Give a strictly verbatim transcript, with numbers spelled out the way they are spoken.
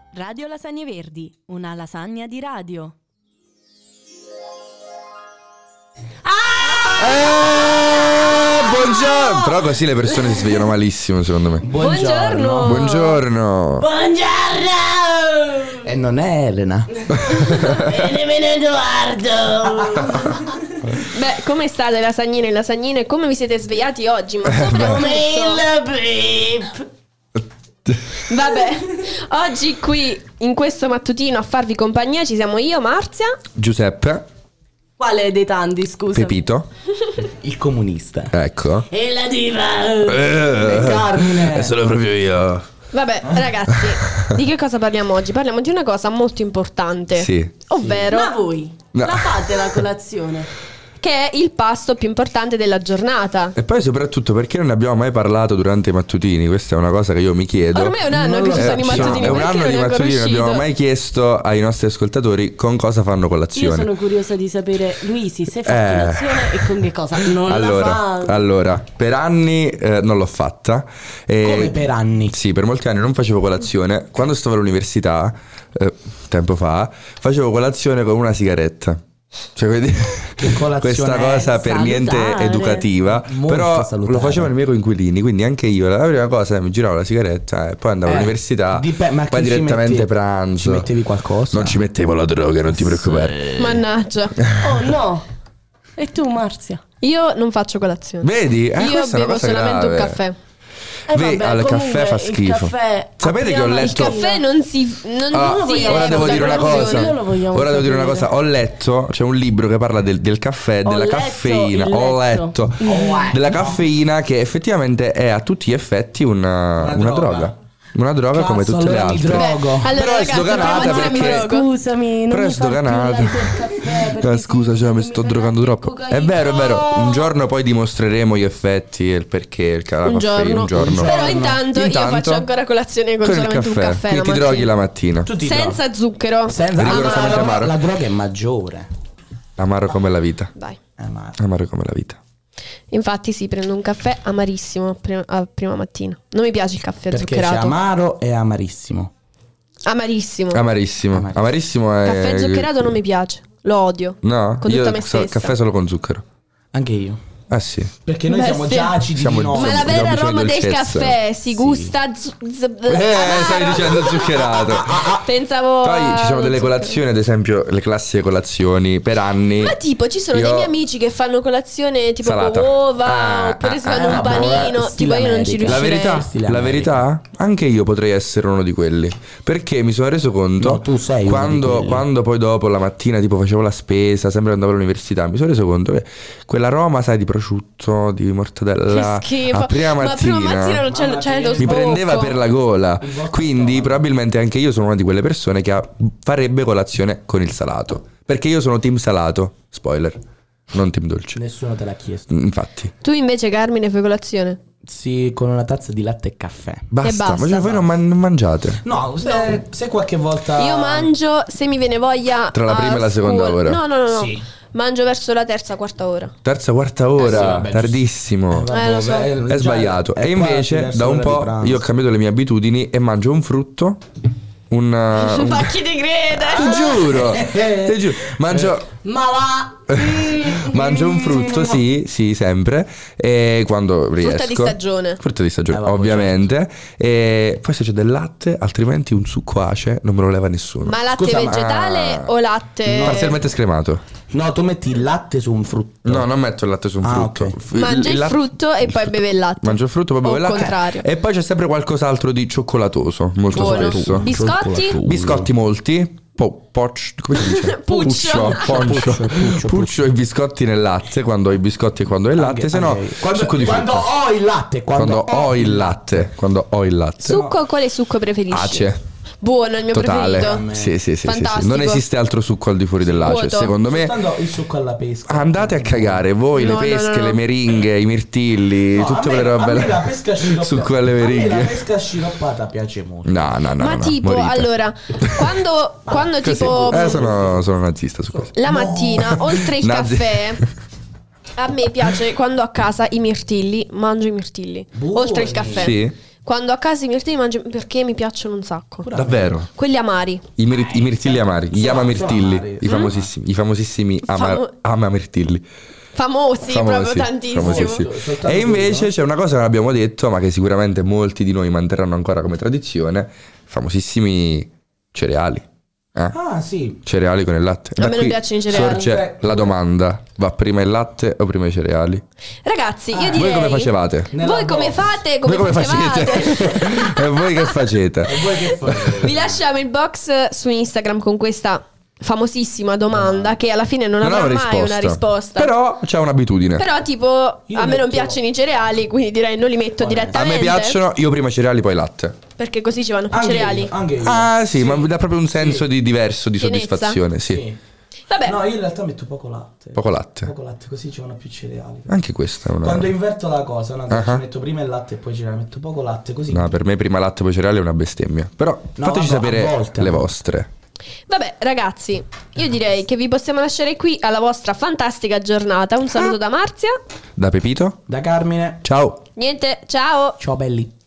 Radio Lasagne Verdi, una lasagna di radio. Eh, buongiorno. Però così le persone si svegliano malissimo, secondo me. Buongiorno. Buongiorno. Buongiorno. E non è Elena. E nemmeno Edoardo. Beh, come state lasagnine e lasagnine? Come vi siete svegliati oggi? Ma Come il beep. Vabbè, oggi qui in questo mattutino a farvi compagnia ci siamo io, Marzia, Giuseppe. Quale dei tanti, scusa? Pepito. Il comunista. Ecco. E la diva. Eh, Carmine. È solo proprio io. Vabbè, ragazzi, di che cosa parliamo oggi? Parliamo di una cosa molto importante. Sì. Ovvero Ma voi No. la fate la colazione? che è il pasto più importante della giornata. E poi soprattutto perché non ne abbiamo mai parlato durante i mattutini? Questa è una cosa che io mi chiedo. Ormai è un anno Non che lo ci so. sono i mattutini, È un perché anno non di è ancora mattutini, non abbiamo uscito? mai chiesto ai nostri ascoltatori con cosa fanno Io colazione. sono curiosa di sapere, Luisi, se fa Eh. colazione e con che cosa? Non allora, la fa. allora, per anni eh, non l'ho fatta. E- Come per anni? Sì, per molti anni non facevo colazione. Quando stavo all'università, eh, tempo fa, facevo colazione con una sigaretta. Cioè, quindi, Che colazione questa è? cosa per Salutare. niente educativa. Molto però salutare. lo facevano i miei coinquilini, quindi anche io la prima cosa mi giravo la sigaretta e poi andavo Eh, all'università. dip- ma poi che ci direttamente metti- pranzo. Ci mettevi qualcosa? Non ci mettevo la droga, non ti preoccupare. Mannaggia. Oh no. E tu, Marzia? Io non faccio colazione. Vedi? Eh, Io questa è una bevo cosa solamente un grave. caffè. Eh, Vedi, vabbè, al comunque caffè fa il schifo. caffè Sapete che ho apriamo Il letto- caffè non si non Ah, si ora devo reputa dire una colazione. cosa. Io lo vogliamo Ora devo dire una sapere. cosa. Ho letto, c'è un libro che parla del, del caffè, Ho della letto caffeina. il Ho letto. letto Il letto. della caffeina che effettivamente è a tutti gli effetti una, Una una droga. droga. Una droga come Cazzo, tutte le allora mi altre. drogo. Allora, Però è ragazzi, sdoganata prima di perché- drogo. Scusami, non Però è mi far più sdoganata. letto il caffè, perché Eh, scusa, sì, cioè, mi mi sto fai drogando fare troppo. cocaina. È vero, è vero. Un giorno poi dimostreremo gli effetti e il perché il ca- la Un caffeina, giorno. un giorno. Però intanto, Intanto, io faccio ancora colazione con, con il solamente caffè. un caffè Quindi la ti droghi mattina. la mattina. Tu ti Senza droghi. zucchero. Senza Rigorosamente amaro. La droga è maggiore. Amaro come la vita. Dai. Amaro. Amaro come la vita. Infatti sì, prendo un caffè amarissimo prima, a prima mattina. Non mi piace il caffè Perché c'è zuccherato. amaro e amarissimo. Amarissimo. Amarissimo. Amarissimo. Amarissimo è. Caffè zuccherato non mi piace. Lo odio. No, Con io tutta me so- stessa. caffè solo con zucchero. Anche io. Ah sì. Perché noi Beh, siamo sì. già acidi Siamo- di noi. Ma siamo- la vera abbiamo aroma del dolcezza. caffè si gusta zu- z- Eh, amaro. stavi dicendo zuccherato. Pensavo Poi a- ci sono delle zucchero. colazioni, ad esempio le classiche colazioni per anni. Ma tipo ci sono Io- dei miei amici che fanno colazione tipo Salata. con uova Ah, oppure ah, si fanno ah, un ah, panino. stile Tipo io non ci America. La riuscirei. verità, Stile la America. verità, anche io potrei essere uno di quelli. Perché mi sono reso conto No, tu sei uno di quando, quelli. quando poi dopo la mattina tipo facevo la spesa, sempre andavo all'università, mi sono reso conto che quell'aroma, sai, di prosciutto, di mortadella Che schifo. a prima Ma mattina, prima mattina non c'è, Mamma c'è mia. lo mi sbocco. prendeva per la gola. Quindi probabilmente anche io sono una di quelle persone che ha- farebbe colazione con il salato. Perché io sono team salato, spoiler, non team dolce. Nessuno te l'ha chiesto. Infatti, Tu invece Carmine fai colazione? Sì, con una tazza di latte e caffè. basta, basta, ma cioè, voi non, man- non mangiate. No, se, se qualche volta. Io mangio se mi viene voglia Tra la a prima e la seconda scuola. ora. No, no, no, no. Sì. Mangio verso la terza, quarta ora. Terza, quarta ora, Eh sì, vabbè, tardissimo. vabbè, Eh, lo so. vabbè, È già- sbagliato. è E invece quasi da un verso l'ora po' di pranzo. io ho cambiato le mie abitudini e mangio un frutto. Un, uh, un- Ma chi ti crede? ti giuro, ti giuro. Mangio, Ma va. mangio un frutto, sì, sì, sempre. E quando riesco. Frutta di stagione. Frutta di stagione, Eh, vabbè, ovviamente. E poi se c'è del latte, altrimenti un succo ace non me lo leva nessuno. Ma latte Scusa, ma- vegetale o latte? Parzialmente scremato. No, tu metti il latte su un frutto. No, non metto il latte su un Ah, frutto. ok. F- Mangia il latte- frutto e poi beve il latte. Mangio il frutto, poi bevo O il il latte. contrario. E poi c'è sempre qualcos'altro di cioccolato, molto Buono. spesso. Biscotti? Biscotti molti. Po- poch- come si dice? Puccio. Poncio. Puccio, puccio, Puccio i biscotti nel latte, quando ho i biscotti e quando ho il latte, Anche- se no anche- quando, succo di quando frutta. ho il latte, quando, Quando ho il latte, quando ho il latte. Succo, quale succo preferisci? Ace. Buono, il mio Totale. preferito. Sì, sì, sì, sì, sì. Fantastico. Non esiste altro succo al di fuori dell'ace, Vuoto. secondo me. Stando il succo alla pesca. Andate a cagare voi, No, le no, pesche, no, no. le meringhe, i mirtilli, No, tutte a me- quelle robe a me là. la pesca sciroppata Succo alle A me meringhe. la pesca sciroppata piace molto. No, no, no. Ma no, tipo, morite. allora, quando, quando Così. tipo Eh, sono, sono nazista su questo. la mattina, oltre il Nazi. caffè, a me piace quando a casa i mirtilli, mangio i mirtilli. Buoni. Oltre il caffè. Sì. Quando a casa i mirtilli mangio perché mi piacciono un sacco. Davvero? Quelli amari. I, mir- i mirtilli amari, gli Sono- amamirtilli, sono amari. i famosissimi, i famosissimi ama- Famo- amamirtilli. Famosi, proprio tantissimo. famosissimi. Soltanto E invece quello. c'è una cosa che non abbiamo detto, ma che sicuramente molti di noi manterranno ancora come tradizione: famosissimi cereali. Eh? Ah, sì. Cereali con il latte. A Da me non qui piacciono i cereali. Sorge la domanda: va prima il latte o prima i cereali? Ragazzi, io Ah. direi Voi come facevate? Nella Voi come box. fate? Come, Voi come facevate? facete? E voi che facete? E voi che fate? Vi lasciamo il box su Instagram con questa famosissima domanda che alla fine non, Non avrà ho una mai risposta. una risposta. Però c'è un'abitudine. Però, tipo, Io a me non metto- piacciono i cereali, quindi direi non li metto A direttamente. me piacciono, io prima cereali poi latte. Perché così ci vanno più Anche cereali. io, anche io. Ah sì, ma dà proprio un senso Sì. di diverso, di Pienezza? soddisfazione, sì. Sì. Vabbè, No, io in realtà metto poco latte. Poco latte. Poco latte, così ci vanno più cereali. Anche questa è una... Quando inverto la cosa, no, Ah. ci metto prima il latte e poi cereali, metto poco latte, così. No, per me prima latte poi cereali è una bestemmia. Però No, fateci vabbè, a sapere volte, le a volte. vostre. vabbè, ragazzi, io direi che vi possiamo lasciare qui alla vostra fantastica giornata. Un saluto da Marzia. Da Pepito? Da Carmine. Ciao. Niente, ciao. Ciao belli.